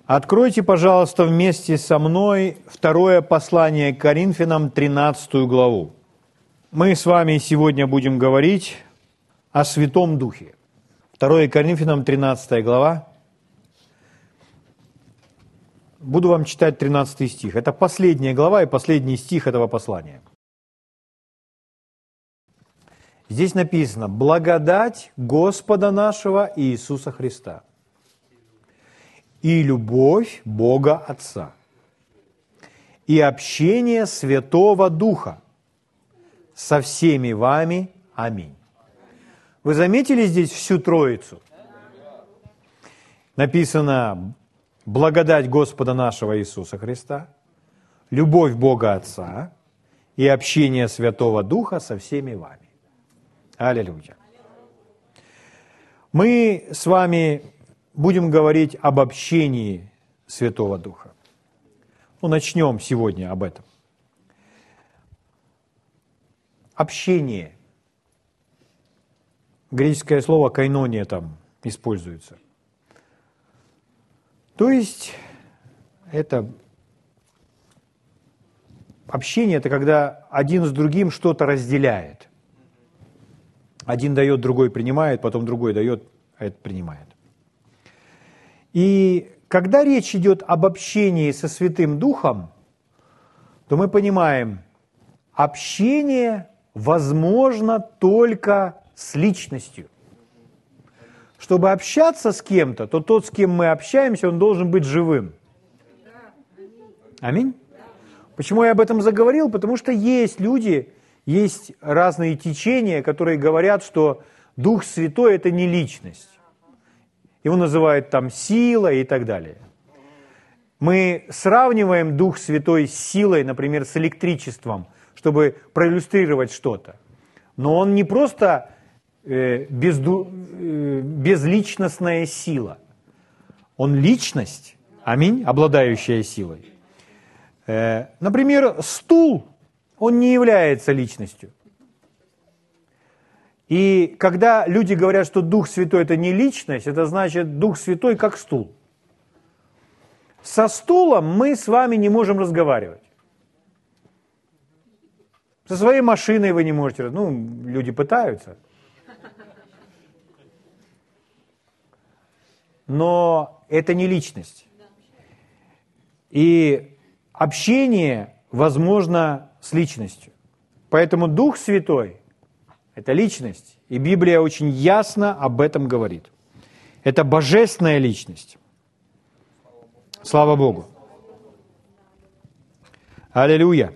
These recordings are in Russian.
Откройте, пожалуйста, вместе со мной второе послание к Коринфянам, 13 главу. Мы с вами сегодня будем говорить о Святом Духе. 2 Коринфянам, 13 глава. Буду вам читать 13 стих. Это последняя глава и последний стих этого послания. Здесь написано: «Благодать Господа нашего Иисуса Христа и любовь Бога Отца и общение Святого Духа со всеми вами. Аминь». Вы заметили здесь всю Троицу? Написано: благодать Господа нашего Иисуса Христа, любовь Бога Отца и общение Святого Духа со всеми вами. Аллилуйя. Мы с вами будем говорить об общении Святого Духа. Начнем сегодня об этом. Общение. Греческое слово «койнония» там используется. То есть это общение – это когда один с другим что-то разделяет. Один дает, другой принимает, потом другой дает, а этот принимает. И когда речь идет об общении со Святым Духом, то мы понимаем, общение возможно только с личностью. Чтобы общаться с кем-то, то тот, с кем мы общаемся, он должен быть живым. Аминь. Почему я об этом заговорил? Потому что есть люди, есть разные течения, которые говорят, что Дух Святой – это не личность. Его называют там силой и так далее. Мы сравниваем Дух Святой с силой, например, с электричеством, чтобы проиллюстрировать что-то. Но он не просто безличностная сила. Он личность, аминь, обладающая силой. Например, стул, он не является личностью. И когда люди говорят, что Дух Святой – это не личность, это значит, Дух Святой как стул. Со стулом мы с вами не можем разговаривать. Со своей машиной вы не можете. Люди пытаются. Но это не личность. И общение возможно с личностью. Поэтому Дух Святой – это личность. И Библия очень ясно об этом говорит. Это божественная личность. Слава Богу. Аллилуйя.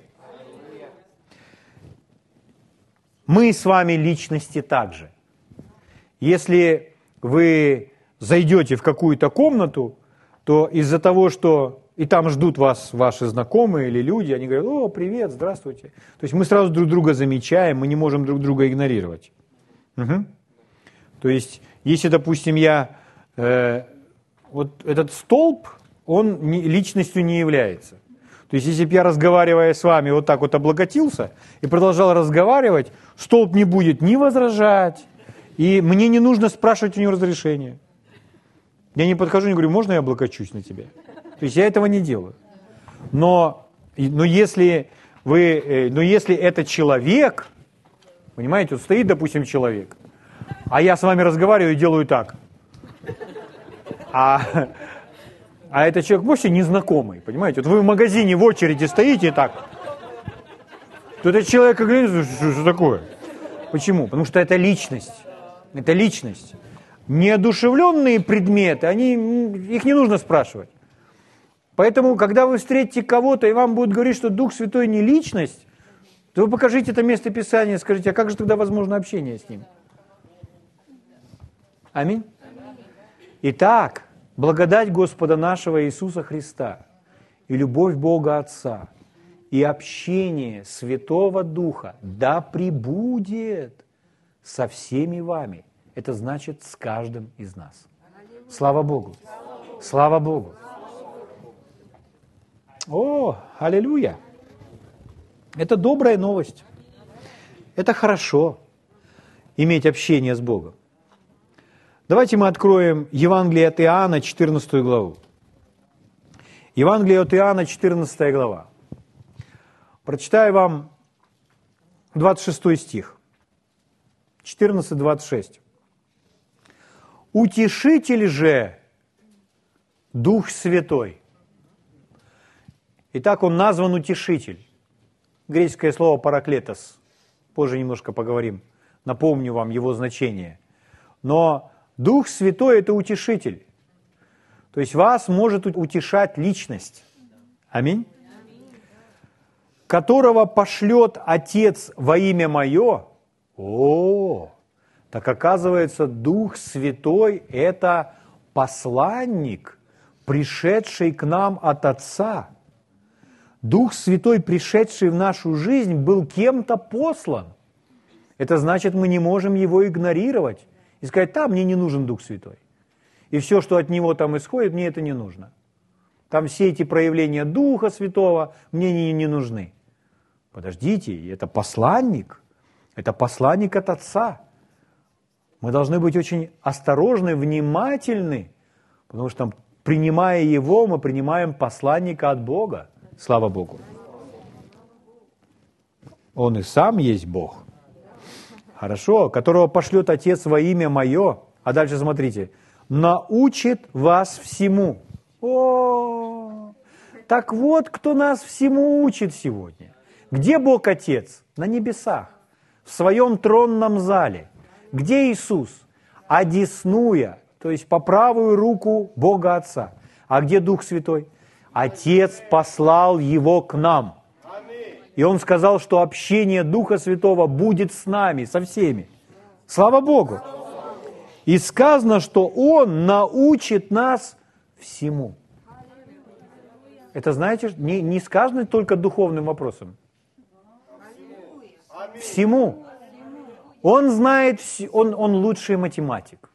Мы с вами личности также. Если вы зайдете в какую-то комнату, то из-за того, что и там ждут вас ваши знакомые или люди, они говорят: «О, привет, здравствуйте». То есть мы сразу друг друга замечаем, мы не можем друг друга игнорировать. Угу. То есть, если, допустим, вот этот столб, он личностью не является. То есть, если бы я, разговаривая с вами, вот так вот облокотился и продолжал разговаривать, столб не будет ни возражать, и мне не нужно спрашивать у него разрешения. Я не подхожу и не говорю: можно я облокочусь на тебя? То есть, я этого не делаю. Но если это человек, понимаете, вот стоит, допустим, человек, а я с вами разговариваю и делаю так, а этот человек вообще незнакомый, понимаете? Вот вы в магазине в очереди стоите и так, то этот человек говорит: что такое? Почему? Потому что это личность. Это личность. Неодушевленные предметы, их не нужно спрашивать. Поэтому, когда вы встретите кого-то, и вам будут говорить, что Дух Святой не личность, то вы покажите это место Писания и скажите: а как же тогда возможно общение с Ним? Аминь. Итак, благодать Господа нашего Иисуса Христа и любовь Бога Отца и общение Святого Духа да пребудет со всеми вами. Это значит с каждым из нас. Слава Богу! Слава Богу! О, аллилуйя! Это добрая новость. Это хорошо иметь общение с Богом. Давайте мы откроем Евангелие от Иоанна, 14 главу. Евангелие от Иоанна, 14 глава. Прочитаю вам 26 стих. 14-26. «Утешитель же, Дух Святой». Итак, он назван утешитель. Греческое слово «параклетос». Позже немножко поговорим. Напомню вам его значение. Но Дух Святой – это утешитель. То есть вас может утешать личность. Аминь. Которого пошлет Отец во имя Мое. Так оказывается, Дух Святой – это посланник, пришедший к нам от Отца. Дух Святой, пришедший в нашу жизнь, был кем-то послан. Это значит, мы не можем его игнорировать и сказать: «Да, мне не нужен Дух Святой. И все, что от Него там исходит, мне это не нужно. Там все эти проявления Духа Святого мне не нужны». Подождите, это посланник от Отца. Мы должны быть очень осторожны, внимательны, потому что, принимая Его, мы принимаем посланника от Бога. Слава Богу. Он и сам есть Бог. Хорошо, которого пошлет Отец во имя Мое. А дальше смотрите. Научит вас всему. Так вот, кто нас всему учит сегодня. Где Бог Отец? На небесах, в своем тронном зале. Где Иисус? Одесную, то есть по правую руку Бога Отца. А где Дух Святой? Отец послал Его к нам. И Он сказал, что общение Духа Святого будет с нами, со всеми. Слава Богу! И сказано, что Он научит нас всему. Это, знаете, не сказано только духовным вопросом. Всему. Он знает, он лучший математик.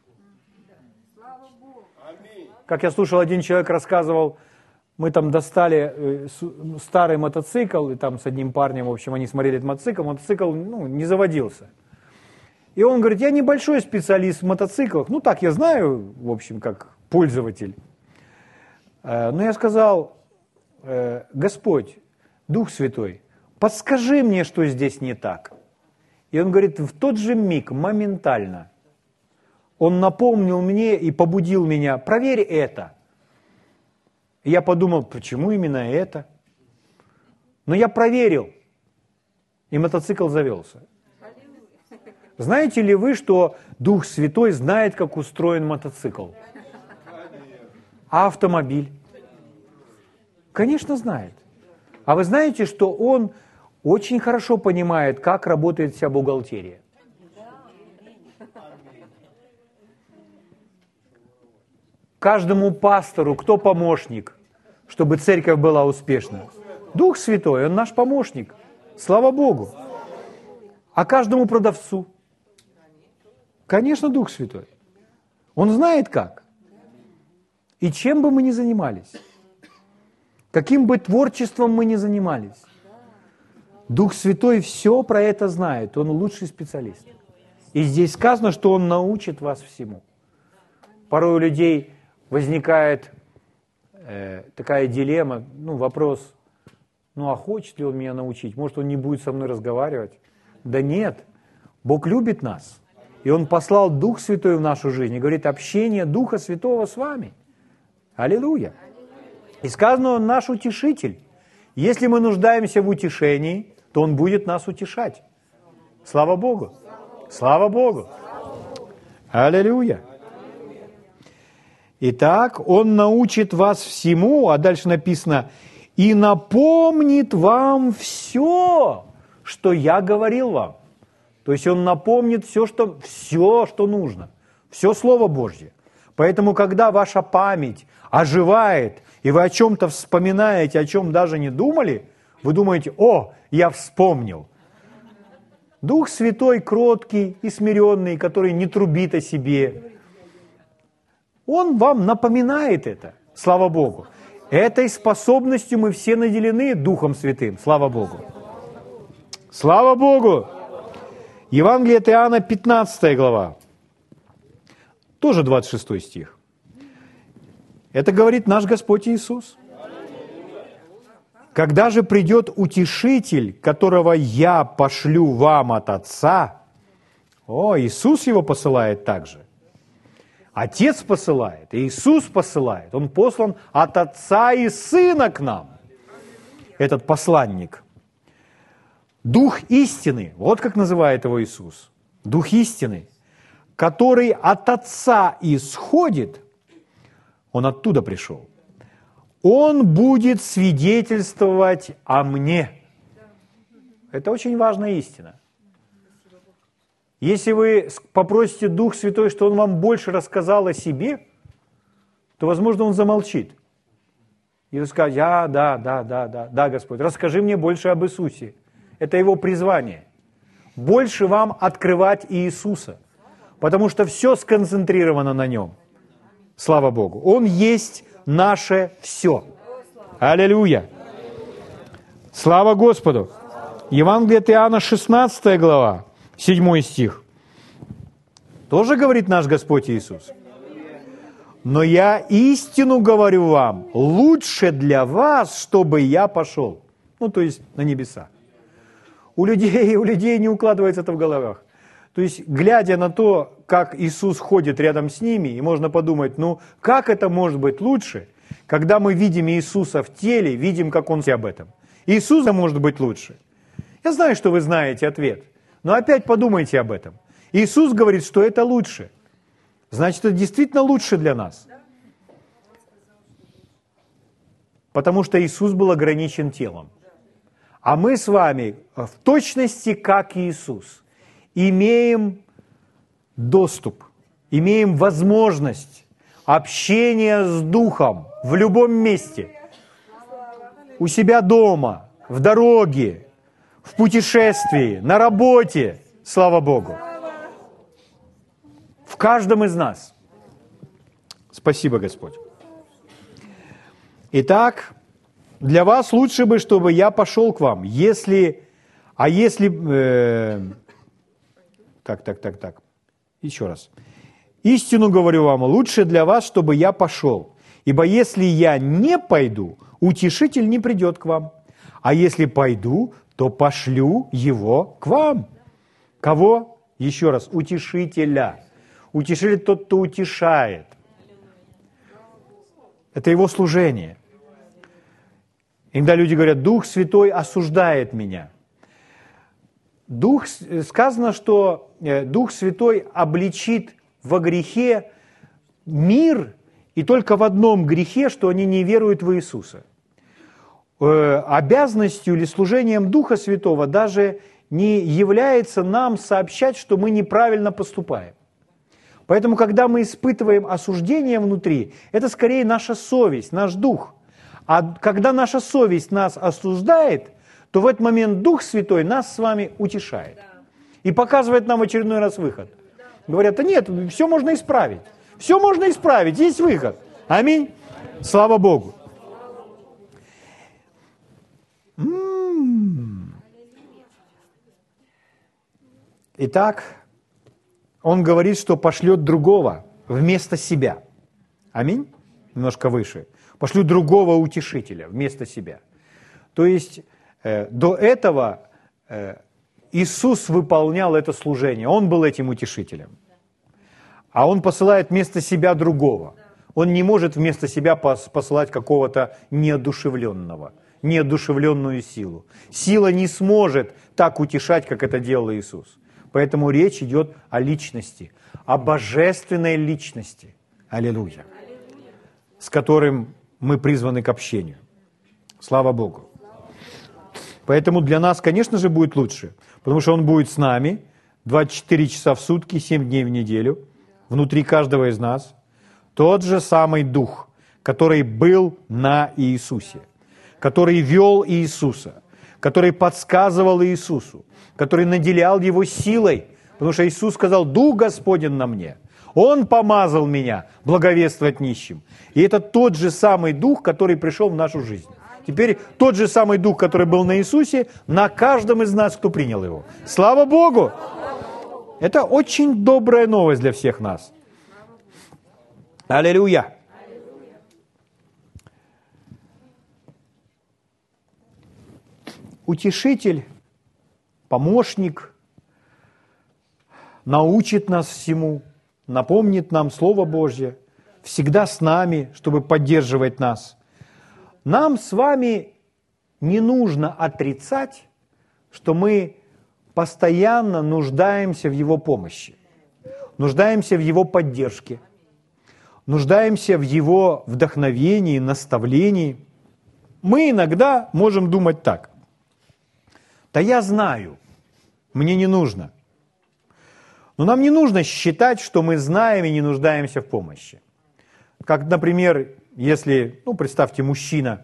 Как я слушал, один человек рассказывал, мы там достали старый мотоцикл, и там с одним парнем, в общем, они смотрели этот мотоцикл не заводился. И он говорит: я небольшой специалист в мотоциклах, так я знаю, в общем, как пользователь. Но я сказал: Господь, Дух Святой, подскажи мне, что здесь не так. И он говорит, в тот же миг, моментально, он напомнил мне и побудил меня: проверь это. И я подумал, почему именно это? Но я проверил, и мотоцикл завелся. Знаете ли вы, что Дух Святой знает, как устроен мотоцикл? А автомобиль? Конечно, знает. А вы знаете, что Он очень хорошо понимает, как работает вся бухгалтерия? Каждому пастору кто помощник, чтобы церковь была успешна? Дух Святой, Он наш помощник. Слава Богу. А каждому продавцу? Конечно, Дух Святой. Он знает как. И чем бы мы ни занимались, каким бы творчеством мы ни занимались, Дух Святой все про это знает. Он лучший специалист. И здесь сказано, что Он научит вас всему. Порой у людей возникает такая дилемма, вопрос: а хочет ли Он меня научить? Может, Он не будет со мной разговаривать? Да нет, Бог любит нас. И Он послал Дух Святой в нашу жизнь. И говорит, общение Духа Святого с вами. Аллилуйя. И сказано, Он наш утешитель. Если мы нуждаемся в утешении, то Он будет нас утешать. Слава Богу. Слава Богу. Аллилуйя. Итак, Он научит вас всему, а дальше написано, и напомнит вам все, что я говорил вам. То есть Он напомнит все, что нужно, все Слово Божье. Поэтому, когда ваша память оживает, и вы о чем-то вспоминаете, о чем даже не думали, вы думаете, я вспомнил. Дух Святой кроткий и смиренный, который не трубит о себе, Он вам напоминает это, слава Богу. Этой способностью мы все наделены Духом Святым, слава Богу. Слава Богу! Евангелие от Иоанна, 15 глава, тоже 26 стих. Это говорит наш Господь Иисус. Когда же придет Утешитель, которого я пошлю вам от Отца, Иисус его посылает также. Отец посылает, Иисус посылает. Он послан от Отца и Сына к нам. Этот посланник. Дух истины, вот как называет его Иисус. Дух истины, который от Отца исходит, он оттуда пришел. Он будет свидетельствовать о мне. Это очень важная истина. Если вы попросите Дух Святой, что Он вам больше рассказал о себе, то, возможно, Он замолчит. И вы скажете: да, Господь, расскажи мне больше об Иисусе. Это Его призвание. Больше вам открывать Иисуса, потому что все сконцентрировано на Нем. Слава Богу. Он есть наше все. Аллилуйя. Слава Господу. Евангелие от Иоанна, 16 глава. 7 стих. Тоже говорит наш Господь Иисус. Но я истину говорю вам, лучше для вас, чтобы я пошел. То есть на небеса. У людей не укладывается это в головах. То есть, глядя на то, как Иисус ходит рядом с ними, и можно подумать, как это может быть лучше, когда мы видим Иисуса в теле, видим, как Он об этом. Иисуса может быть лучше. Я знаю, что вы знаете ответ. Но опять подумайте об этом. Иисус говорит, что это лучше. Значит, это действительно лучше для нас. Потому что Иисус был ограничен телом. А мы с вами в точности, как Иисус, имеем доступ, имеем возможность общения с Духом в любом месте. У себя дома, в дороге, в путешествии, на работе, слава Богу. В каждом из нас. Спасибо, Господь. Итак, для вас лучше бы, чтобы я пошел к вам. Еще раз. Истину говорю вам, лучше для вас, чтобы я пошел. Ибо если я не пойду, Утешитель не придет к вам. А если пойду, то пошлю его к вам. Кого? Еще раз, Утешителя. Утешитель тот, кто утешает. Это его служение. Иногда люди говорят: Дух Святой осуждает меня. Сказано, что Дух Святой обличит во грехе мир, и только в одном грехе, что они не веруют в Иисуса. Обязанностью или служением Духа Святого даже не является нам сообщать, что мы неправильно поступаем. Поэтому, когда мы испытываем осуждение внутри, это скорее наша совесть, наш дух. А когда наша совесть нас осуждает, то в этот момент Дух Святой нас с вами утешает. И показывает нам в очередной раз выход. Говорят: нет, все можно исправить. Все можно исправить, есть выход. Аминь. Слава Богу. Итак, он говорит, что пошлет другого вместо себя. Аминь. Немножко выше. Пошлют другого утешителя вместо себя. То есть до этого Иисус выполнял это служение. Он был этим утешителем. А Он посылает вместо себя другого. Он не может вместо себя посылать какого-то неодушевленного, неодушевленную силу. Сила не сможет так утешать, как это делал Иисус. Поэтому речь идет о личности, о божественной личности. Аллилуйя. С которым мы призваны к общению. Слава Богу. Поэтому для нас, конечно же, будет лучше, потому что Он будет с нами 24 часа в сутки, 7 дней в неделю, внутри каждого из нас. Тот же самый Дух, который был на Иисусе, который вел Иисуса, который подсказывал Иисусу, который наделял Его силой, потому что Иисус сказал: «Дух Господень на мне». Он помазал меня благовествовать нищим. И это тот же самый Дух, который пришел в нашу жизнь. Теперь тот же самый Дух, который был на Иисусе, на каждом из нас, кто принял Его. Слава Богу! Это очень добрая новость для всех нас. Аллилуйя! утешитель, помощник, научит нас всему, напомнит нам Слово Божье, всегда с нами, чтобы поддерживать нас. Нам с вами не нужно отрицать, что мы постоянно нуждаемся в Его помощи, нуждаемся в Его поддержке, нуждаемся в Его вдохновении, наставлении. Мы иногда можем думать так: да я знаю, мне не нужно. Но нам не нужно считать, что мы знаем и не нуждаемся в помощи. Как, например, если, представьте, мужчина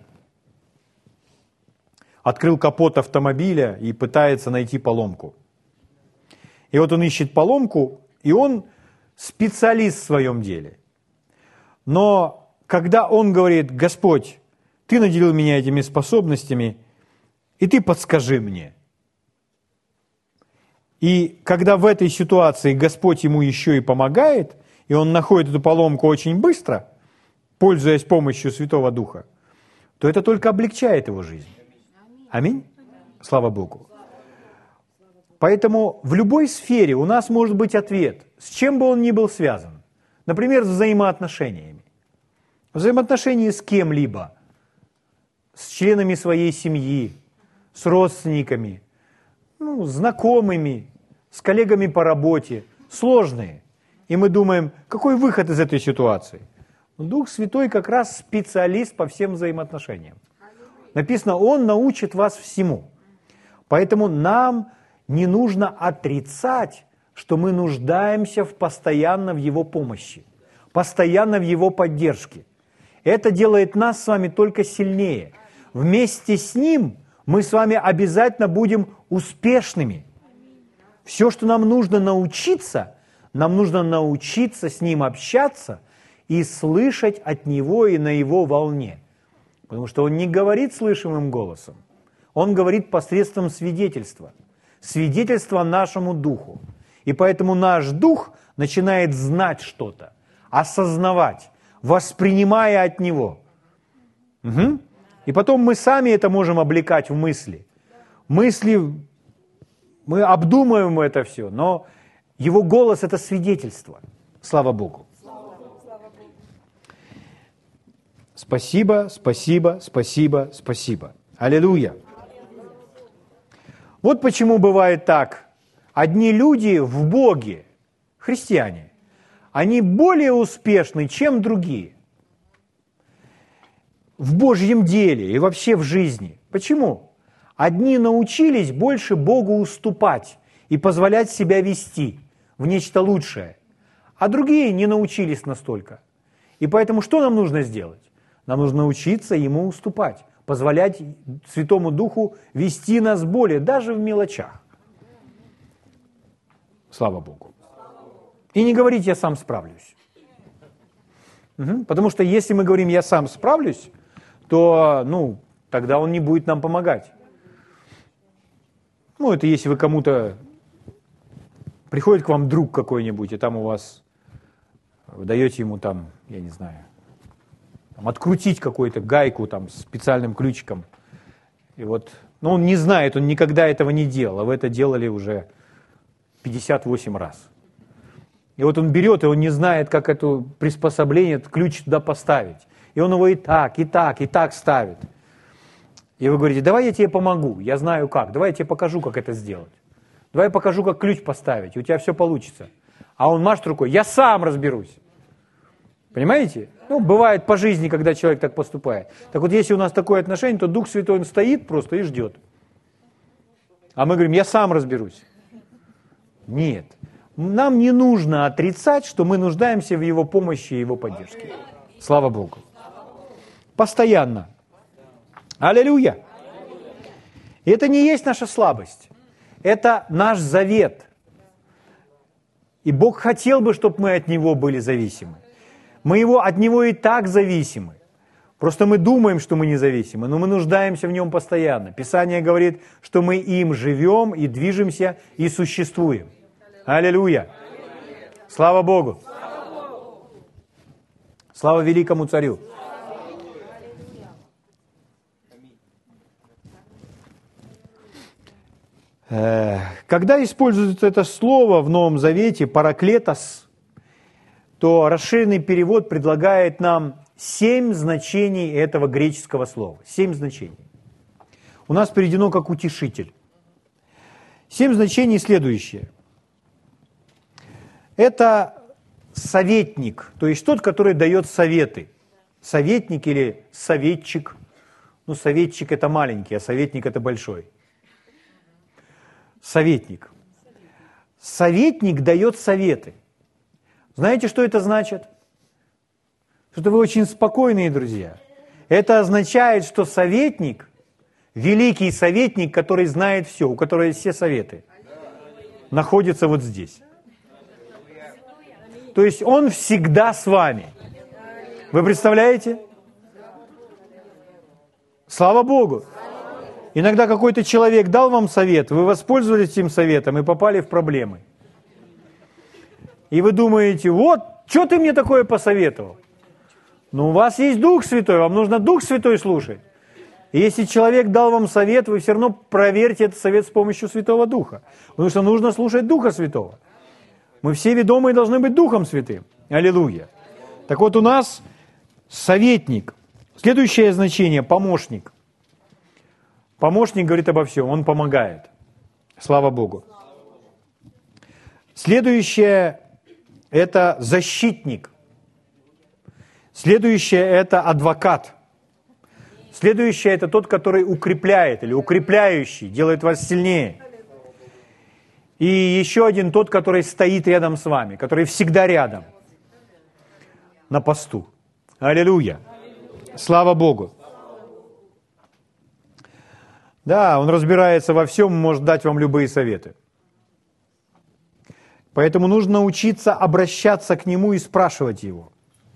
открыл капот автомобиля и пытается найти поломку. И вот он ищет поломку, и он специалист в своем деле. Но когда он говорит: Господь, Ты наделил меня этими способностями, и Ты подскажи мне. И когда в этой ситуации Господь ему еще и помогает, и он находит эту поломку очень быстро, пользуясь помощью Святого Духа, то это только облегчает его жизнь. Аминь? Слава Богу. Поэтому в любой сфере у нас может быть ответ, с чем бы он ни был связан. Например, с взаимоотношениями. Взаимоотношения с кем-либо, с членами своей семьи, с родственниками, знакомыми, с коллегами по работе, сложные. И мы думаем, какой выход из этой ситуации? Дух Святой как раз специалист по всем взаимоотношениям. Написано, Он научит вас всему. Поэтому нам не нужно отрицать, что мы нуждаемся постоянно в Его помощи, постоянно в Его поддержке. Это делает нас с вами только сильнее. Вместе с Ним мы с вами обязательно будем успешными. Все, что нам нужно научиться с Ним общаться и слышать от Него и на Его волне. Потому что Он не говорит слышимым голосом, Он говорит посредством свидетельства. Свидетельство нашему духу. И поэтому наш дух начинает знать что-то, осознавать, воспринимая от Него. Угу. И потом мы сами это можем облекать в мысли. Мысли, мы обдумываем это все, но Его голос – это свидетельство. Слава Богу. Спасибо, спасибо, спасибо, спасибо. Аллилуйя. Вот почему бывает так. Одни люди в Боге, христиане, они более успешны, чем другие. В Божьем деле и вообще в жизни. Почему? Одни научились больше Богу уступать и позволять себя вести в нечто лучшее, а другие не научились настолько. И поэтому что нам нужно сделать? Нам нужно научиться Ему уступать, позволять Святому Духу вести нас более, даже в мелочах. Слава Богу. И не говорить «я сам справлюсь». Угу. Потому что если мы говорим «я сам справлюсь», то, тогда Он не будет нам помогать. Это если вы кому-то... Приходит к вам друг какой-нибудь, и там у вас... Вы даете ему там, я не знаю, открутить какую-то гайку там специальным ключиком. И вот, он не знает, он никогда этого не делал, а вы это делали уже 58 раз. И вот он берет, и он не знает, как это приспособление, этот ключ туда поставить. И он его и так ставит. И вы говорите, давай я тебе помогу, я знаю как, давай я тебе покажу, как это сделать. Давай я покажу, как ключ поставить, и у тебя все получится. А он машет рукой, я сам разберусь. Понимаете? Бывает по жизни, когда человек так поступает. Так вот, если у нас такое отношение, то Дух Святой, Он стоит просто и ждет. А мы говорим, я сам разберусь. Нет. Нам не нужно отрицать, что мы нуждаемся в Его помощи и Его поддержке. Слава Богу. Постоянно. Аллилуйя. И это не есть наша слабость. Это наш завет. И Бог хотел бы, чтобы мы от Него были зависимы. Мы от Него и так зависимы. Просто мы думаем, что мы независимы, но мы нуждаемся в Нем постоянно. Писание говорит, что мы им живем и движемся и существуем. Аллилуйя. Слава Богу. Слава великому Царю. Когда используется это слово в Новом Завете, параклетос, то расширенный перевод предлагает нам 7 значений этого греческого слова. 7 значений. У нас переведено как утешитель. 7 значений следующие. Это советник, то есть тот, который дает советы. Советник или советчик. Ну, советчик – это маленький, а советник – это большой. Советник. Советник дает советы. Знаете, что это значит? Что вы очень спокойные, друзья. Это означает, что советник, великий советник, который знает все, у которого есть все советы, находится вот здесь. То есть он всегда с вами. Вы представляете? Слава Богу. Иногда какой-то человек дал вам совет, вы воспользовались этим советом и попали в проблемы. И вы думаете, вот, что ты мне такое посоветовал? Ну, у вас есть Дух Святой, вам нужно Дух Святой слушать. И если человек дал вам совет, вы все равно проверьте этот совет с помощью Святого Духа. Потому что нужно слушать Духа Святого. Мы все ведомые должны быть Духом Святым. Аллилуйя. Так вот, у нас советник. Следующее значение – помощник. Помощник говорит обо всем, он помогает. Слава Богу. Следующее – это защитник. Следующее – это адвокат. Следующее – это тот, который укрепляет или укрепляющий, делает вас сильнее. И еще один тот, который стоит рядом с вами, который всегда рядом, на посту. Аллилуйя. Слава Богу. Да, он разбирается во всем, может дать вам любые советы. Поэтому нужно научиться обращаться к Нему и спрашивать Его.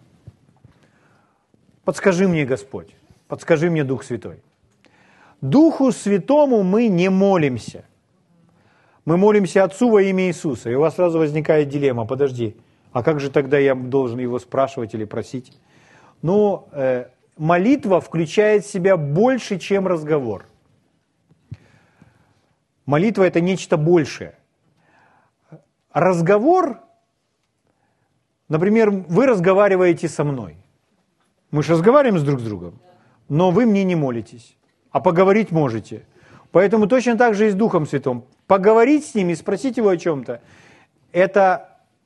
Подскажи мне, Господь, подскажи мне, Дух Святой. Духу Святому мы не молимся. Мы молимся Отцу во имя Иисуса. И у вас сразу возникает дилемма, подожди, а как же тогда я должен Его спрашивать или просить? Ну, молитва включает в себя больше, чем разговор. Молитва – это нечто большее. Разговор, например, вы разговариваете со мной. Мы же разговариваем друг с другом, но вы мне не молитесь, а поговорить можете. Поэтому точно так же и с Духом Святым. Поговорить с Ним и спросить Его о чем-то – это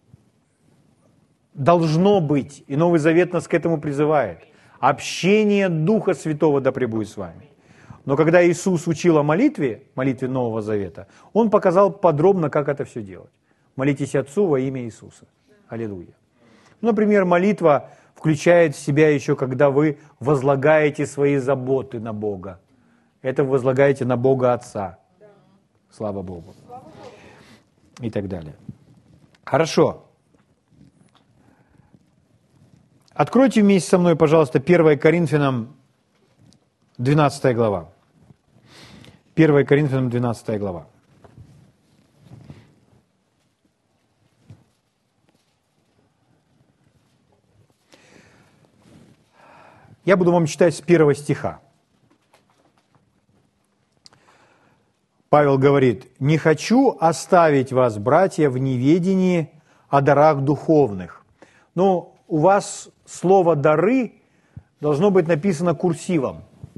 должно быть, и Новый Завет нас к этому призывает. Общение Духа Святого да пребудет с вами. Но когда Иисус учил о молитве Нового Завета, Он показал подробно, как это все делать. Молитесь Отцу во имя Иисуса. Аллилуйя. Например, молитва включает в себя еще, когда вы возлагаете свои заботы на Бога. Это вы возлагаете на Бога Отца. Слава Богу. И так далее. Хорошо. Откройте вместе со мной, пожалуйста, 1 Коринфянам 12 глава. 1 Коринфянам 12 глава. Я буду вам читать с 1 стиха. Павел говорит: «Не хочу оставить вас, братья, в неведении о дарах духовных». Ну, у вас слово «дары» должно быть написано курсивом.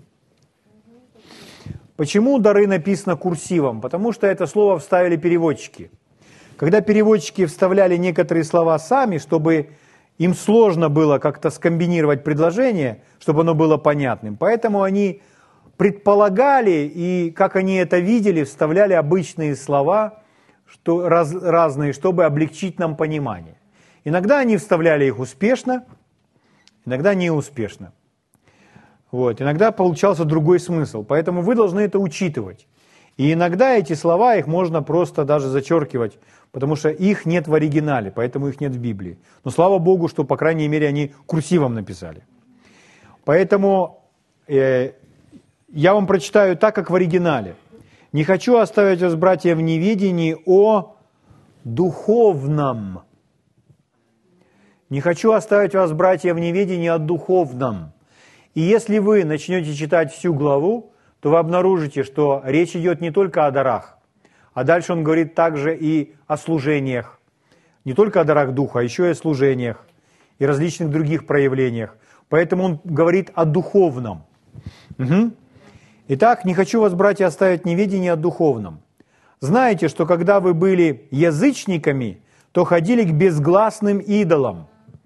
Почему дары написано курсивом? Потому что это слово вставили переводчики. Когда переводчики вставляли некоторые слова сами, чтобы им сложно было как-то скомбинировать предложение, чтобы оно было понятным, поэтому они предполагали, и как они это видели, вставляли обычные слова разные, чтобы облегчить нам понимание. Иногда они вставляли их успешно, иногда неуспешно. Вот. Иногда получался другой смысл, поэтому вы должны это учитывать. И иногда эти слова, их можно просто даже зачеркивать, потому что их нет в оригинале, поэтому их нет в Библии. Но слава Богу, что, по крайней мере, они курсивом написали. Поэтому я вам прочитаю так, как в оригинале. «Не хочу оставить вас, братья, в неведении о духовном». «Не хочу оставить вас, братья, в неведении о духовном». И если вы начнете читать всю главу, то вы обнаружите, что речь идет не только о дарах, А дальше он говорит также и о служениях. Не только о дарах Духа, а еще и о служениях и различных других проявлениях. Поэтому он говорит о духовном. Угу. Итак, не хочу вас, братья, оставить неведение о духовном. Знаете, что когда вы были язычниками, то ходили к безгласным идолам,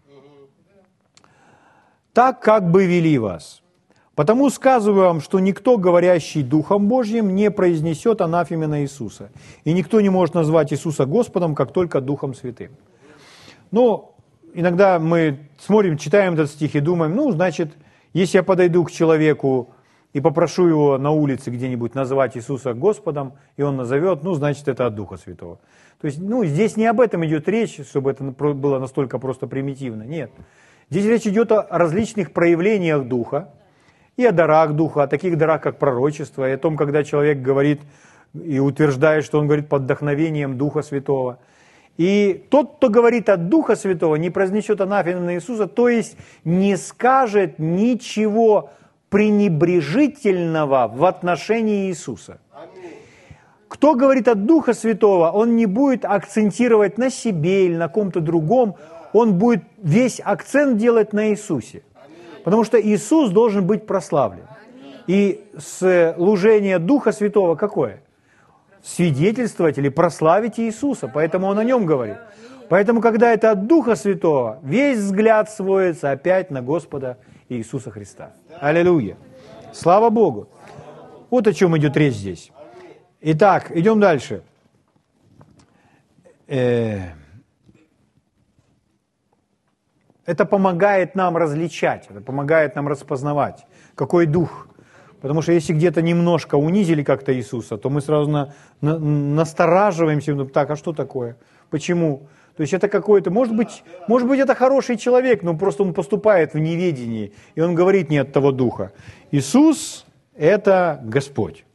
так как бы вели вас. Потому сказываю вам, что никто, говорящий Духом Божьим, не произнесет анафемы на Иисуса. И никто не может назвать Иисуса Господом, как только Духом Святым. Но иногда мы смотрим, читаем этот стих и думаем, значит, если я подойду к человеку и попрошу его на улице где-нибудь назвать Иисуса Господом, и он назовет, значит, это от Духа Святого. То есть, здесь не об этом идет речь, чтобы это было настолько просто примитивно. Нет. Здесь речь идет о различных проявлениях Духа, и о дарах Духа, о таких дарах, как пророчество, и о том, когда человек говорит и утверждает, что он говорит под вдохновением Духа Святого. И тот, кто говорит от Духа Святого, не произнесет анафему на Иисуса, то есть не скажет ничего пренебрежительного в отношении Иисуса. Кто говорит от Духа Святого, он не будет акцентировать на себе или на ком-то другом, он будет весь акцент делать на Иисусе. Потому что Иисус должен быть прославлен. И служение Духа Святого какое? Свидетельствовать или прославить Иисуса. Поэтому он о нем говорит. Поэтому, когда это от Духа Святого, весь взгляд сводится опять на Господа Иисуса Христа. Аллилуйя. Слава Богу. Вот о чем идет речь здесь. Итак, идем дальше. Это помогает нам различать, это помогает нам распознавать, какой дух. Потому что если где-то немножко унизили как-то Иисуса, то мы сразу настораживаемся, так, а что такое? Почему? То есть это какое-то, может быть, это хороший человек, но просто он поступает в неведении, и он говорит не от того духа. Иисус – это Господь.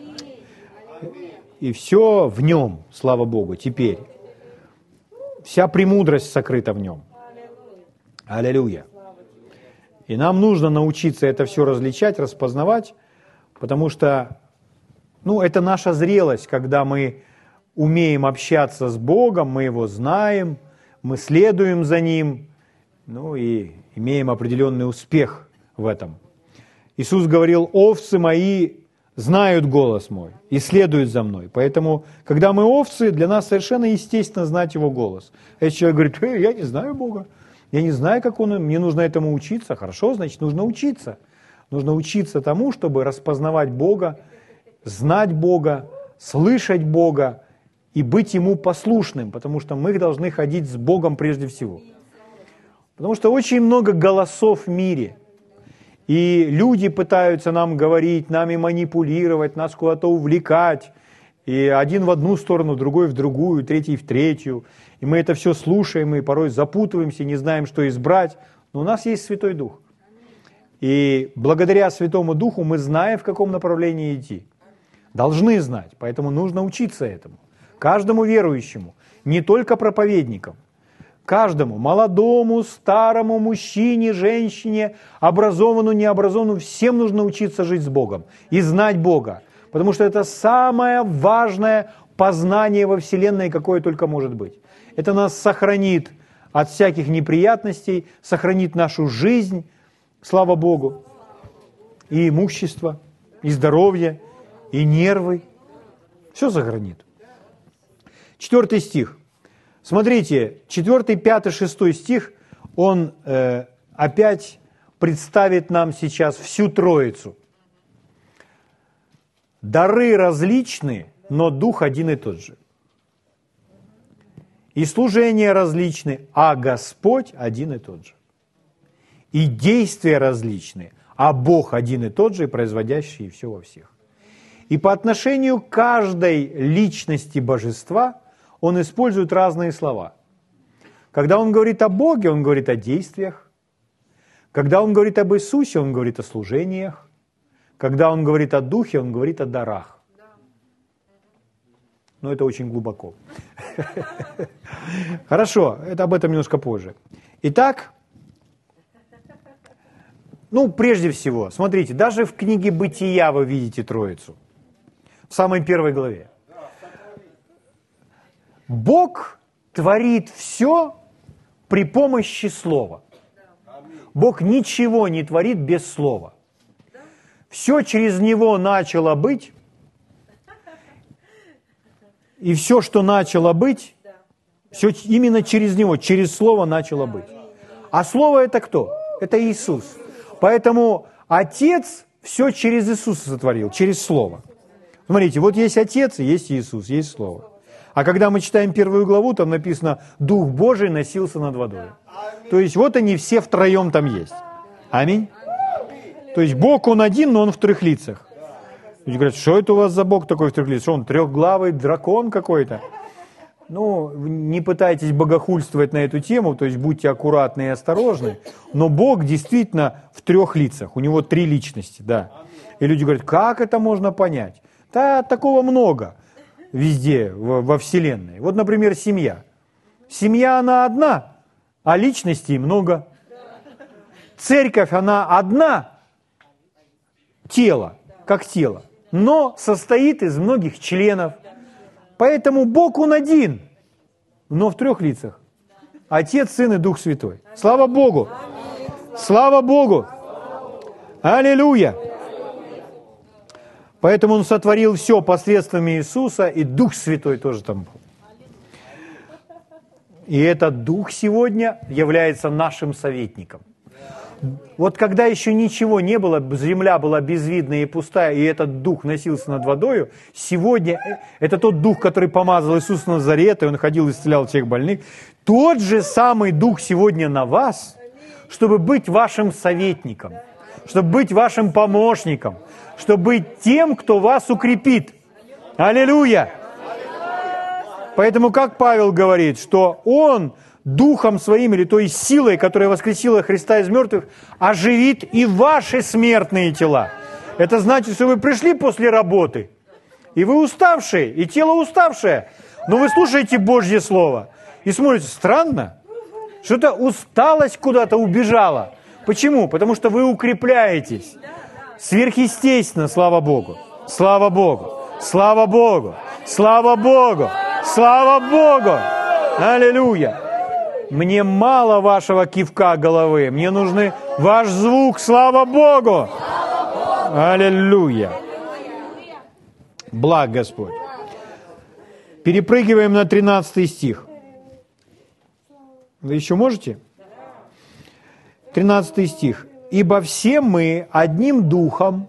И все в нем, слава Богу, теперь. Вся премудрость сокрыта в нем. Аллилуйя. И нам нужно научиться это все различать, распознавать, потому что, это наша зрелость, когда мы умеем общаться с Богом, мы Его знаем, мы следуем за Ним, и имеем определенный успех в этом. Иисус говорил: овцы мои знают голос мой и следуют за мной. Поэтому, когда мы овцы, для нас совершенно естественно знать Его голос. А если человек говорит: я не знаю Бога, я не знаю, как Он, мне нужно этому учиться. Хорошо, значит, нужно учиться. Нужно учиться тому, чтобы распознавать Бога, знать Бога, слышать Бога и быть Ему послушным, потому что мы должны ходить с Богом прежде всего. Потому что очень много голосов в мире, и люди пытаются нам говорить, нами манипулировать, нас куда-то увлекать, и один в одну сторону, другой в другую, третий в третью. И мы это все слушаем, и порой запутываемся, не знаем, что избрать. Но у нас есть Святой Дух. И благодаря Святому Духу мы знаем, в каком направлении идти. Должны знать, поэтому нужно учиться этому. Каждому верующему, не только проповедникам. Каждому, молодому, старому, мужчине, женщине, образованному, необразованному, всем нужно учиться жить с Богом и знать Бога. Потому что это самое важное познание во Вселенной, какое только может быть. Это нас сохранит от всяких неприятностей, сохранит нашу жизнь, слава Богу, и имущество, и здоровье, и нервы. Все сохранит. 4 стих. Смотрите, 4, 5, 6 стих, он опять представит нам сейчас всю Троицу. Дары различны, но Дух один и тот же. И служения различны, а Господь один и тот же. И действия различны, а Бог один и тот же, производящий все во всех. И по отношению к каждой личности божества он использует разные слова. Когда он говорит о Боге, он говорит о действиях. Когда он говорит об Иисусе, он говорит о служениях. Когда он говорит о Духе, он говорит о дарах. Но это очень глубоко. Хорошо, это об этом немножко позже. Итак, прежде всего, смотрите, даже в книге «Бытия» вы видите Троицу. В самой первой главе. Бог творит все при помощи слова. Бог ничего не творит без слова. Все через него начало быть, и все, что начало быть, все именно через него, через слово начало быть. А слово это кто? Это Иисус. Поэтому Отец все через Иисуса сотворил, через слово. Смотрите, вот есть Отец, есть Иисус, есть Слово. А когда мы читаем 1 главу, там написано «Дух Божий носился над водой». То есть вот они все втроем там есть. Аминь. То есть Бог, Он один, но Он в трех лицах. Люди говорят, что это у вас за Бог такой в трех лицах? Что Он трехглавый дракон какой-то? Ну, не пытайтесь богохульствовать на эту тему, то есть будьте аккуратны и осторожны. Но Бог действительно в трех лицах, у Него три личности, да. И люди говорят, как это можно понять? Да, такого много везде, во Вселенной. Вот, например, семья. Семья, она одна, а личностей много. Церковь, она одна, тело, как тело, но состоит из многих членов. Поэтому Бог, Он один, но в трех лицах. Отец, Сын и Дух Святой. Слава Богу! Слава Богу! Аллилуйя! Поэтому Он сотворил все посредством Иисуса, и Дух Святой тоже там был. И этот Дух сегодня является нашим советником. Вот когда еще ничего не было, земля была безвидная и пустая, и этот Дух носился над водою, сегодня это тот Дух, который помазал Иисуса Назарета, и Он ходил и исцелял всех больных. Тот же самый Дух сегодня на вас, чтобы быть вашим советником, чтобы быть вашим помощником, чтобы быть тем, кто вас укрепит. Аллилуйя! Поэтому, как Павел говорит, что Он Духом Своим, или той силой, которая воскресила Христа из мертвых, оживит и ваши смертные тела. Это значит, что вы пришли после работы, и вы уставшие, и тело уставшее, но вы слушаете Божье Слово, и смотрите, странно, что-то усталость куда-то убежала. Почему? Потому что вы укрепляетесь. Сверхъестественно, слава Богу, слава Богу, слава Богу, слава Богу, слава Богу, аллилуйя. Мне мало вашего кивка головы, мне нужен ваш звук, слава Богу, аллилуйя. Благ Господь. Перепрыгиваем на 13 стих. Вы еще можете? 13 стих. «Ибо все мы одним духом».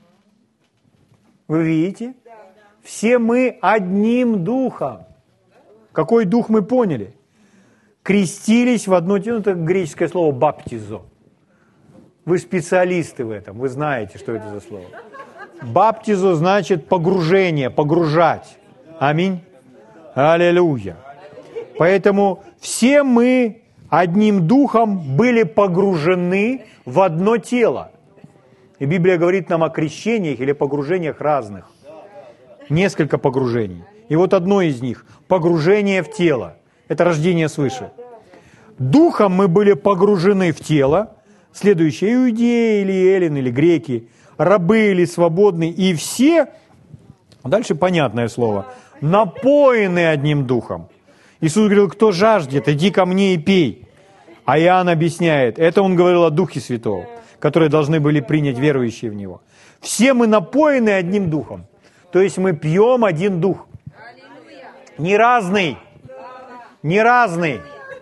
Вы видите? Все мы одним духом. Какой дух мы поняли? Крестились в одно тело. Это греческое слово «баптизо». Вы специалисты в этом, вы знаете, что это за слово. «Баптизо» значит погружение, погружать. Аминь. Аллилуйя. Поэтому все мы одним духом были погружены в одно тело. И Библия говорит нам о крещениях или погружениях разных. Несколько погружений. И вот одно из них – погружение в тело. Это рождение свыше. Духом мы были погружены в тело. Следующие – иудеи или эллины, или греки, рабы или свободные. И все, дальше понятное слово, напоены одним духом. Иисус говорил, кто жаждет, иди ко мне и пей. А Иоанн объясняет, это он говорил о Духе Святом, которые должны были принять верующие в Него. Все мы напоены одним духом. То есть мы пьем один дух. Не разный. Не разный.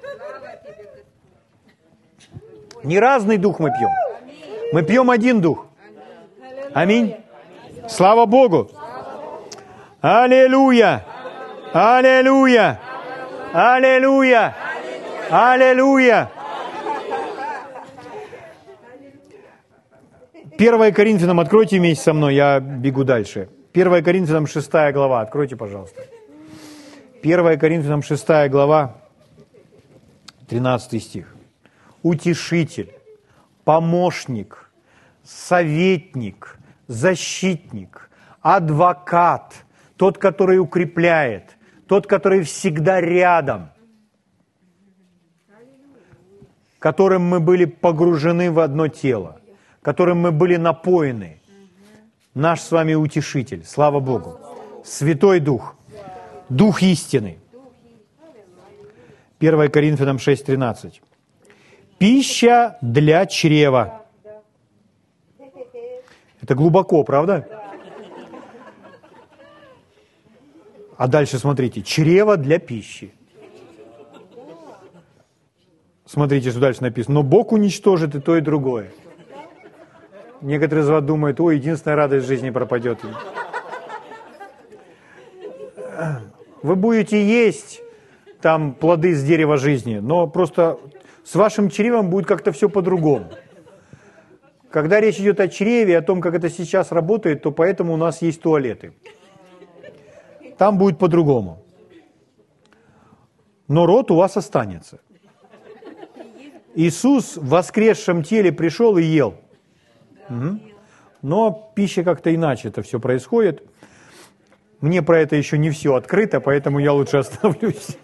Не разный дух мы пьем. Мы пьем один дух. Аминь. Слава Богу. Аллилуйя. Аллилуйя. Аллилуйя. Аллилуйя. 1 Коринфянам откройте вместе со мной, я бегу дальше. 1 Коринфянам 6 глава, откройте, пожалуйста. 1 Коринфянам 6 глава, 13 стих. Утешитель, помощник, советник, защитник, адвокат, тот, который укрепляет, тот, который всегда рядом, которым мы были погружены в одно тело, которым мы были напоены. Наш с вами утешитель, слава Богу. Святой Дух, Дух истины. 1 Коринфянам 6:13. Пища для чрева. Это глубоко, правда? А дальше смотрите. Чрево для пищи. Смотрите, что дальше написано. Но Бог уничтожит и то, и другое. Некоторые из вас думают, ой, единственная радость жизни пропадет. Вы будете есть там плоды с дерева жизни, но просто с вашим чревом будет как-то все по-другому. Когда речь идет о чреве, о том, как это сейчас работает, то поэтому у нас есть туалеты. Там будет по-другому. Но рот у вас останется. Иисус в воскресшем теле пришел и ел. Угу. Но пища как-то иначе это все происходит. Мне про это еще не все открыто, поэтому я лучше остановлюсь.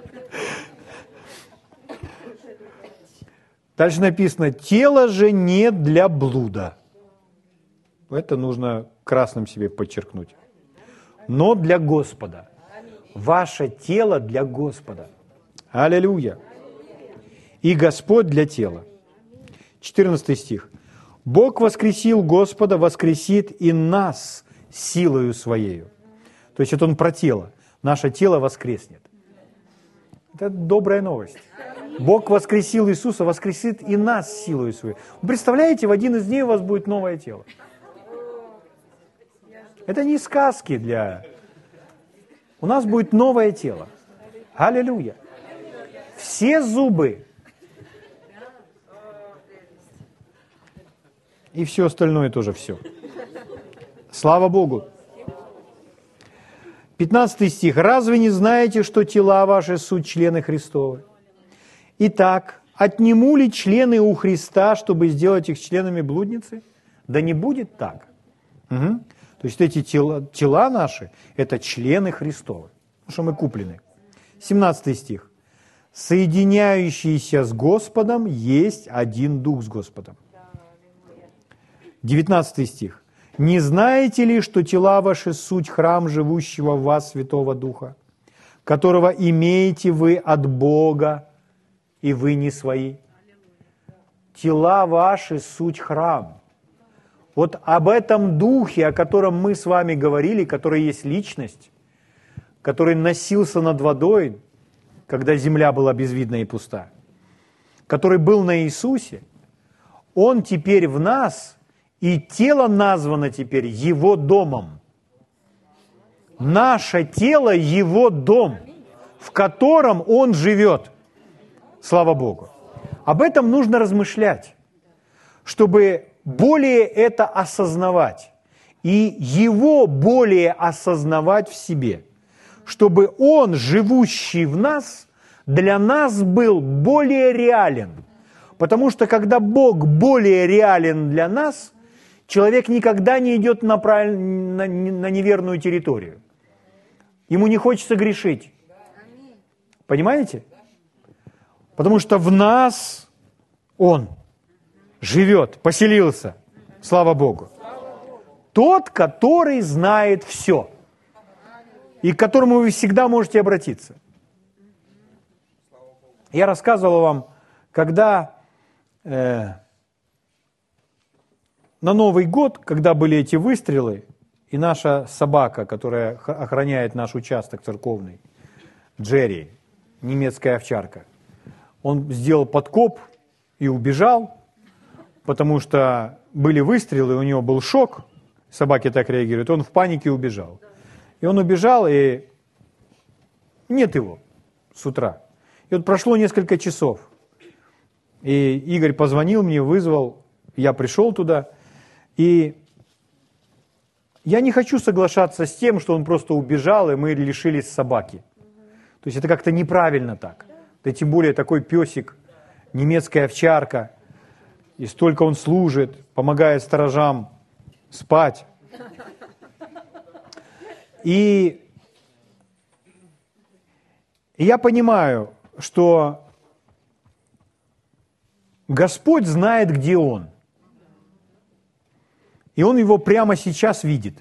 Дальше написано, тело же не для блуда. Это нужно красным себе подчеркнуть. Но для Господа. Ваше тело для Господа. Аллилуйя. И Господь для тела. 14 стих. Бог воскресил Господа, воскресит и нас силою Своею. То есть это Он про тело. Наше тело воскреснет. Это добрая новость. Бог воскресил Иисуса, воскресит и нас силою Своей. Вы представляете, в один из дней у вас будет новое тело. Это не сказки для... У нас будет новое тело. Аллилуйя. Все зубы и все остальное тоже все. Слава Богу. 15 стих. «Разве не знаете, что тела ваши суть члены Христовы? Итак, отниму ли члены у Христа, чтобы сделать их членами блудницы? Да не будет так». Угу. То есть эти тела наши – это члены Христовы, потому что мы куплены. 17 стих. «Соединяющийся с Господом есть один Дух с Господом». 19 стих. «Не знаете ли, что тела ваши суть храм живущего в вас Святого Духа, которого имеете вы от Бога, и вы не свои?» Тела ваши суть храм. Вот об этом Духе, о котором мы с вами говорили, который есть личность, который носился над водой, когда земля была безвидна и пуста, который был на Иисусе, Он теперь в нас, и тело названо теперь Его домом. Наше тело – Его дом, в котором Он живет. Слава Богу. Об этом нужно размышлять, чтобы более это осознавать и Его более осознавать в себе, чтобы Он, живущий в нас, для нас был более реален. Потому что когда Бог более реален для нас, человек никогда не идет на неверную территорию. Ему не хочется грешить. Понимаете? Потому что в нас Он живет, поселился. Слава Богу. Тот, который знает все. И к которому вы всегда можете обратиться. Я рассказывал вам, когда на Новый год, когда были эти выстрелы, и наша собака, которая охраняет наш участок церковный, Джерри, немецкая овчарка, он сделал подкоп и убежал, потому что были выстрелы, у него был шок, собаки так реагируют, он в панике убежал. И он убежал, и нет его с утра. И вот прошло несколько часов, и Игорь позвонил мне, вызвал, я пришел туда, и я не хочу соглашаться с тем, что он просто убежал, и мы лишились собаки. То есть это как-то неправильно так. Да тем более такой песик, немецкая овчарка, и столько он служит, помогает сторожам спать. И я понимаю, что Господь знает, где он. И Он его прямо сейчас видит.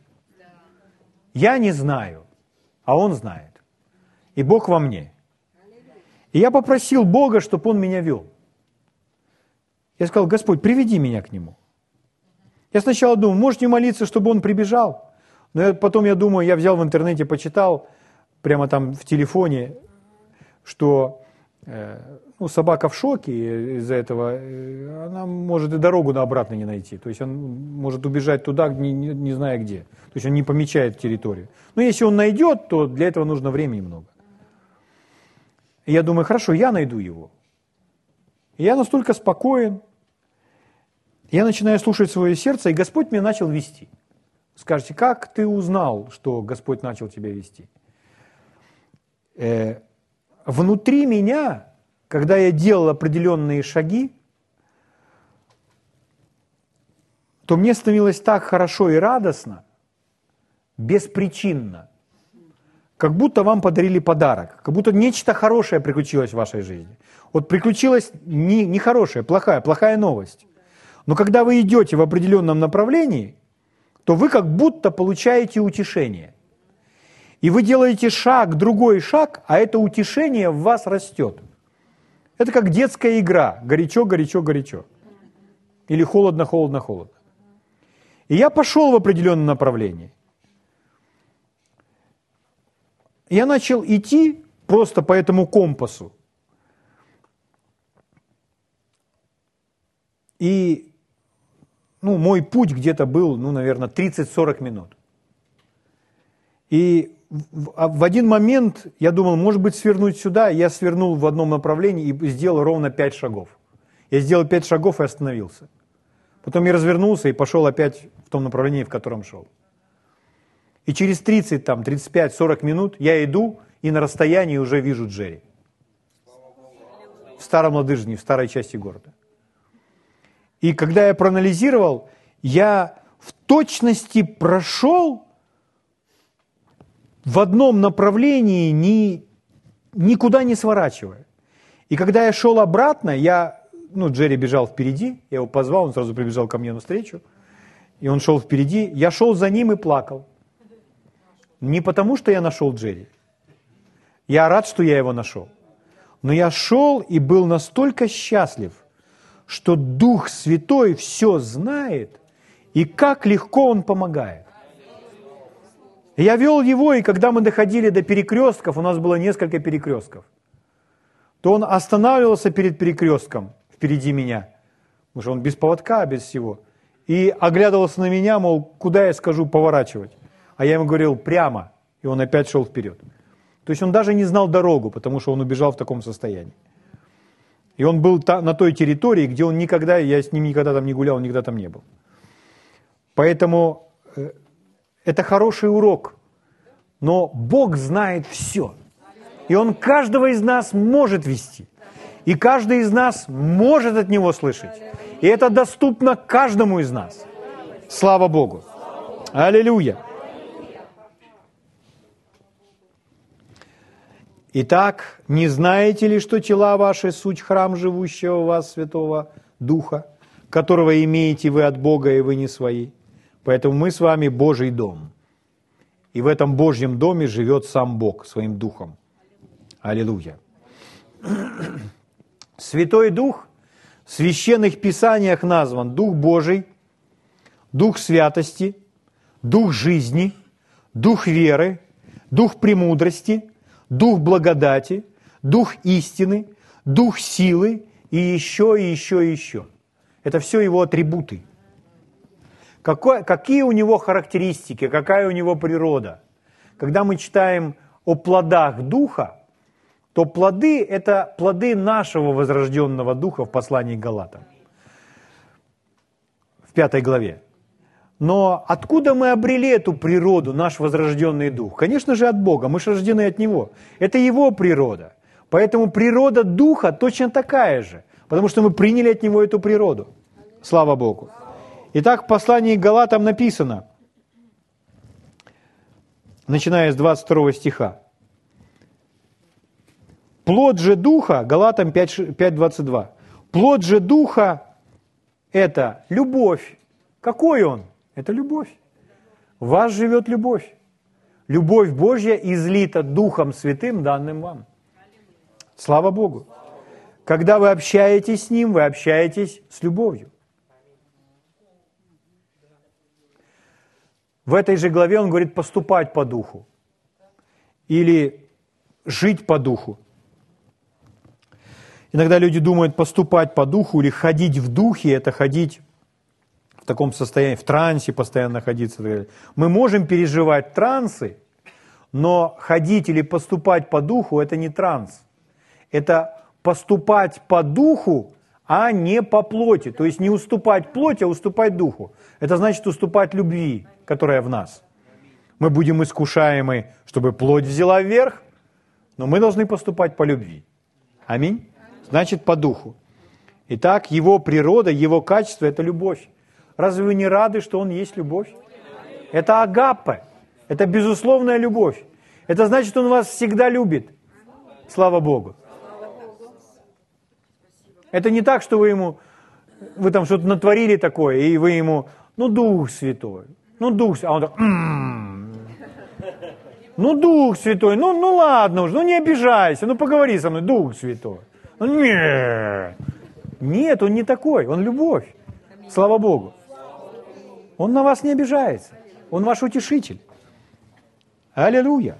Я не знаю, а Он знает. И Бог во мне. И я попросил Бога, чтобы Он меня вел. Я сказал: Господь, приведи меня к Нему. Я сначала думал, может не молиться, чтобы Он прибежал. Но потом я думаю, я взял в интернете, почитал, прямо там в телефоне, что собака в шоке из-за этого, она может и дорогу на обратно не найти. То есть он может убежать туда, не зная где. То есть он не помечает территорию. Но если он найдет, то для этого нужно времени много. И я думаю, хорошо, я найду его. И я настолько спокоен. Я начинаю слушать свое сердце, и Господь меня начал вести. Скажете, как ты узнал, что Господь начал тебя вести? Внутри меня, когда я делал определенные шаги, то мне становилось так хорошо и радостно, беспричинно, как будто вам подарили подарок, как будто нечто хорошее приключилось в вашей жизни. Вот приключилась не хорошая, плохая новость. Но когда вы идете в определенном направлении, то вы как будто получаете утешение. И вы делаете шаг, другой шаг, а это утешение в вас растет. Это как детская игра. Горячо, горячо, горячо. Или холодно, холодно, холодно. И я пошел в определенном направлении. Я начал идти просто по этому компасу. И мой путь где-то был, наверное, 30-40 минут. И в один момент я думал, может быть, свернуть сюда. Я свернул в одном направлении и сделал ровно 5 шагов. Я сделал 5 шагов и остановился. Потом я развернулся и пошел опять в том направлении, в котором шел. И через 30, 35, 40 минут я иду и на расстоянии уже вижу Джерри. В Старом Ладыжне, в старой части города. И когда я проанализировал, я в точности прошел в одном направлении, никуда не сворачивая. И когда я шел обратно, Джерри бежал впереди, я его позвал, он сразу прибежал ко мне навстречу, и он шел впереди. Я шел за ним и плакал. Не потому, что я нашел Джерри. Я рад, что я его нашел. Но я шел и был настолько счастлив, что Дух Святой все знает, и как легко Он помогает. Я вел его, и когда мы доходили до перекрестков, у нас было несколько перекрестков, то он останавливался перед перекрестком впереди меня, потому что он без поводка, без всего, и оглядывался на меня, мол, куда я скажу поворачивать. А я ему говорил прямо, и он опять шел вперед. То есть он даже не знал дорогу, потому что он убежал в таком состоянии. И он был на той территории, где он никогда, я с ним никогда там не гулял, никогда там не был. Поэтому это хороший урок. Но Бог знает все. И Он каждого из нас может вести. И каждый из нас может от Него слышать. И это доступно каждому из нас. Слава Богу. Аллилуйя. Итак, не знаете ли, что тела ваши суть храм живущего в вас Святого Духа, которого имеете вы от Бога, и вы не свои? Поэтому мы с вами Божий дом. И в этом Божьем доме живет сам Бог своим Духом. Аллилуйя. Святой Дух в священных писаниях назван Дух Божий, Дух святости, Дух жизни, Дух веры, Дух премудрости, Дух благодати, Дух истины, Дух силы и еще, и еще, и еще. Это все его атрибуты. Какие у него характеристики, какая у него природа? Когда мы читаем о плодах Духа, то плоды – это плоды нашего возрожденного Духа в послании к Галатам, в 5 главе. Но откуда мы обрели эту природу, наш возрожденный Дух? Конечно же, от Бога, мы же рождены от Него. Это Его природа. Поэтому природа Духа точно такая же, потому что мы приняли от Него эту природу. Слава Богу. Итак, в послании к Галатам написано, начиная с 22 стиха. Плод же Духа, Галатам 5:22, плод же Духа – это любовь. Какой он? Это любовь. В вас живет любовь. Любовь Божья излита Духом Святым, данным вам. Слава Богу. Когда вы общаетесь с Ним, вы общаетесь с любовью. В этой же главе он говорит поступать по духу или жить по духу. Иногда люди думают поступать по духу или ходить в духе, это ходить в таком состоянии, в трансе постоянно находиться. Мы можем переживать трансы, но ходить или поступать по духу – это не транс. Это поступать по духу, а не по плоти. То есть не уступать плоти, а уступать духу. Это значит уступать любви, которая в нас. Мы будем искушаемы, чтобы плоть взяла вверх, но мы должны поступать по любви. Аминь. Значит, по духу. Итак, его природа, его качество – это любовь. Разве вы не рады, что он есть любовь? Это агаппе. Это безусловная любовь. Это значит, он вас всегда любит. Слава Богу. Это не так, что вы там что-то натворили такое, и вы ему, Дух Святой, Дух Святой. А он так, Дух Святой, ладно уже, не обижайся, поговори со мной, Дух Святой. Нет, он не такой, он любовь. Слава Богу. Он на вас не обижается, он ваш утешитель. Аллилуйя.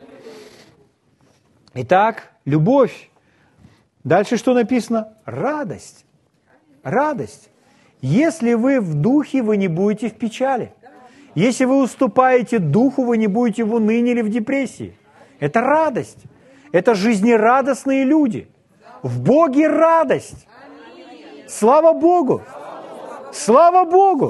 Итак, любовь. Дальше что написано? Радость. Радость. Если вы в духе, вы не будете в печали. Если вы уступаете духу, вы не будете в унынии или в депрессии. Это радость. Это жизнерадостные люди. В Боге радость. Слава Богу. Слава Богу.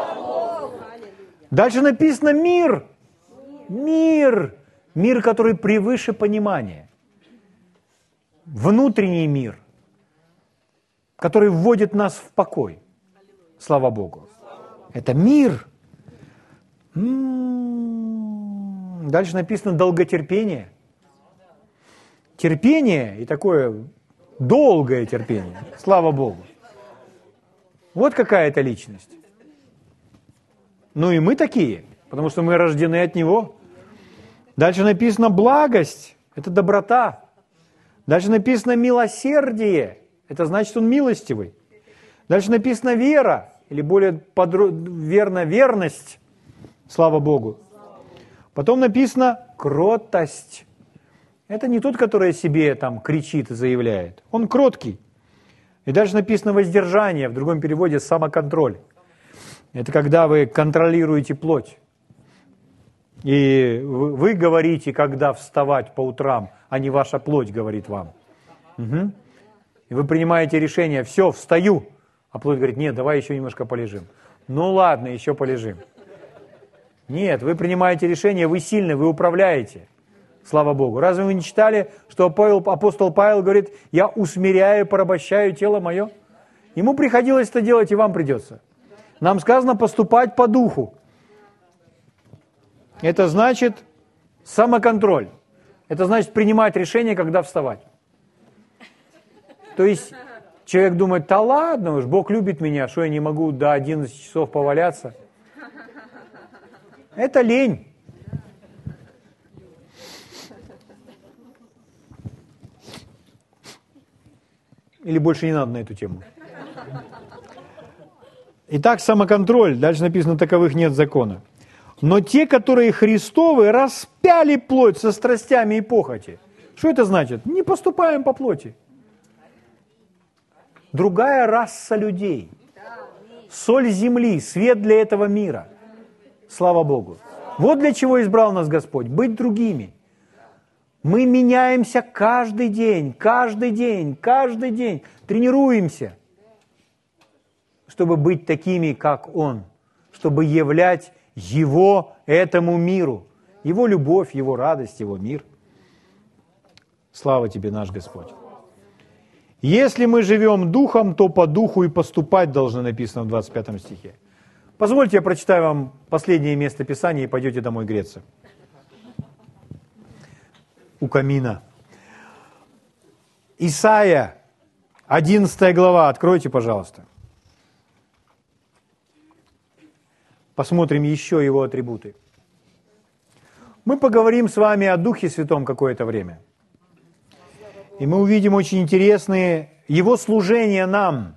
Дальше написано мир. Мир. Мир, который превыше понимания. Внутренний мир, который вводит нас в покой. Слава Богу. Это мир. Дальше написано долготерпение. Терпение и такое долгое терпение. Слава Богу. Вот какая это личность. И мы такие, потому что мы рождены от Него. Дальше написано благость. Это доброта. Дальше написано милосердие. Это значит, он милостивый. Дальше написано вера, или более верно, верность. Слава Богу. Потом написано кротость. Это не тот, который о себе там кричит и заявляет. Он кроткий. И дальше написано воздержание, в другом переводе самоконтроль. Это когда вы контролируете плоть. И вы говорите, когда вставать по утрам, а не ваша плоть говорит вам. Угу. И вы принимаете решение, все, встаю. А плоть говорит, нет, давай еще немножко полежим. Ладно, еще полежим. Нет, вы принимаете решение, вы сильны, вы управляете. Слава Богу. Разве вы не читали, что апостол Павел говорит, я усмиряю, порабощаю тело мое? Ему приходилось это делать, и вам придется. Нам сказано поступать по духу. Это значит самоконтроль. Это значит принимать решение, когда вставать. То есть человек думает, да ладно уж, Бог любит меня, что я не могу до 11 часов поваляться. Это лень. Или больше не надо на эту тему. Итак, самоконтроль. Дальше написано, таковых нет закона. Но те, которые Христовы, распяли плоть со страстями и похоти. Что это значит? Не поступаем по плоти. Другая раса людей. Соль земли, свет для этого мира. Слава Богу. Вот для чего избрал нас Господь. Быть другими. Мы меняемся каждый день, каждый день, каждый день. Тренируемся, чтобы быть такими, как Он. Чтобы являть Его этому миру. Его любовь, Его радость, Его мир. Слава Тебе, наш Господь. Если мы живем духом, то по духу и поступать должны, написано в 25 стихе. Позвольте, я прочитаю вам последнее место Писания и пойдете домой греться. У камина. Исайя, 11 глава. Откройте, пожалуйста. Посмотрим еще его атрибуты. Мы поговорим с вами о Духе Святом какое-то время. И мы увидим очень интересные Его служения нам.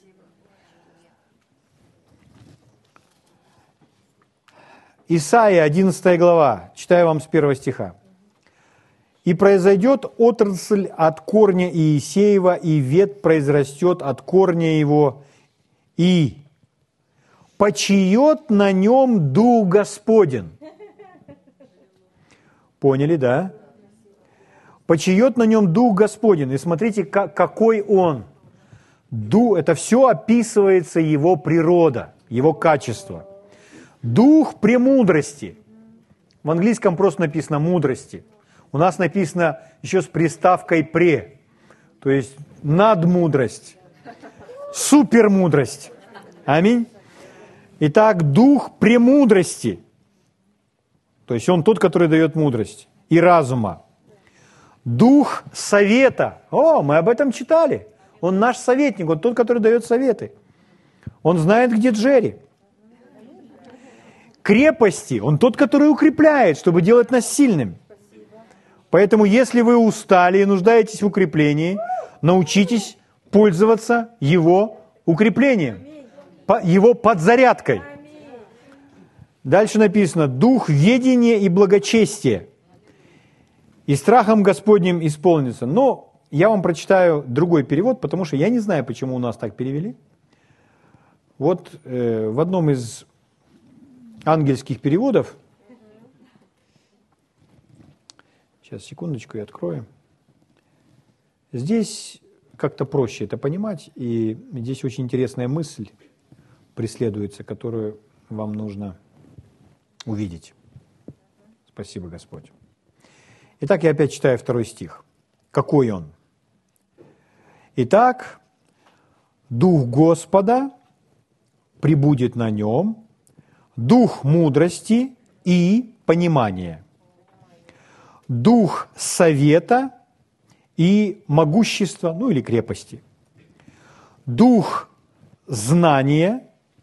Исайя, 11 глава, читаю вам с 1 стиха. «И произойдет отрасль от корня Иисеева, и ветвь произрастет от корня его, и почиет на нем Дух Господень». Поняли, да? Почиет на нем Дух Господень. И смотрите, какой Он. Это все описывается Его природа, Его качество. Дух премудрости. В английском просто написано «мудрости». У нас написано еще с приставкой «пре», то есть надмудрость, супермудрость. Аминь. Итак, дух премудрости, то есть он тот, который дает мудрость и разума. Дух совета. Мы об этом читали. Он наш советник, он тот, который дает советы. Он знает, где Джерри. Крепости. Он тот, который укрепляет, чтобы делать нас сильными. Поэтому, если вы устали и нуждаетесь в укреплении, научитесь пользоваться его укреплением, его подзарядкой. Дальше написано: «Дух ведения и благочестия, и страхом Господним исполнится». Но я вам прочитаю другой перевод, потому что я не знаю, почему у нас так перевели. Вот в одном из ангельских переводов, сейчас, секундочку, я открою. Здесь как-то проще это понимать, и здесь очень интересная мысль преследуется, которую вам нужно увидеть. Спасибо, Господь. Итак, я опять читаю 2 стих. Какой он? «Итак, Дух Господа пребудет на нем, Дух мудрости и понимания, Дух совета и могущества, или крепости, Дух знания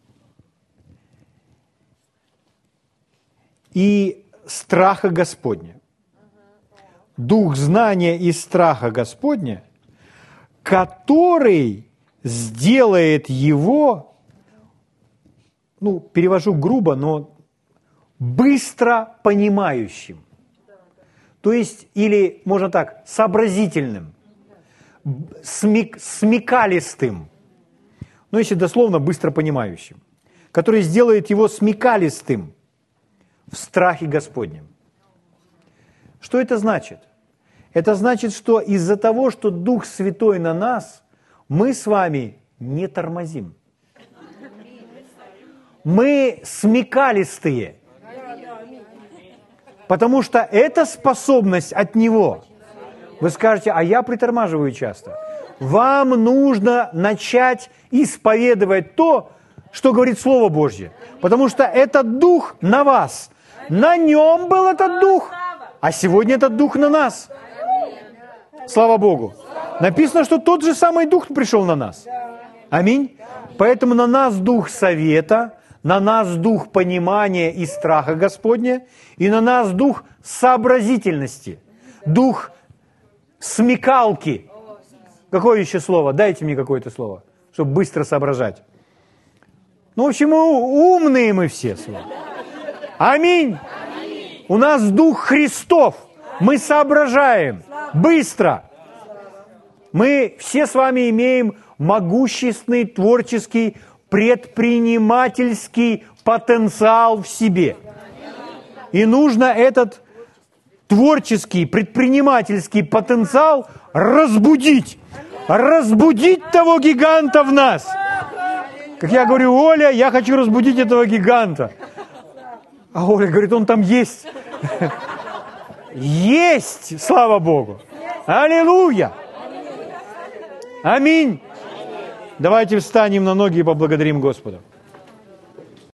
и страха Господня». Дух знания и страха Господня, который сделает его, перевожу грубо, но быстро понимающим. То есть, или, можно так, сообразительным, смекалистым. Если дословно, быстро понимающим. Который сделает его смекалистым в страхе Господнем. Что это значит? Это значит, что из-за того, что Дух Святой на нас, мы с вами не тормозим. Мы смекалистые. Потому что эта способность от Него. Вы скажете: а я притормаживаю часто. Вам нужно начать исповедовать то, что говорит Слово Божье. Потому что этот Дух на вас. На Нем был этот Дух, а сегодня этот Дух на нас. Слава Богу. Написано, что тот же самый Дух пришел на нас. Аминь. Поэтому на нас Дух совета, на нас Дух понимания и страха Господня, и на нас Дух сообразительности, Дух смекалки. Какое еще слово? Дайте мне какое-то слово, чтобы быстро соображать. В общем, умные мы все с вами. Аминь. У нас Дух Христов. Мы соображаем быстро. Мы все с вами имеем могущественный, творческий, предпринимательский потенциал в себе. И нужно этот творческий, предпринимательский потенциал разбудить. Разбудить того гиганта в нас. Как я говорю: Оля, я хочу разбудить этого гиганта. А Оля говорит: он там есть. Есть, слава Богу. Аллилуйя. Аминь. Давайте встанем на ноги и поблагодарим Господа.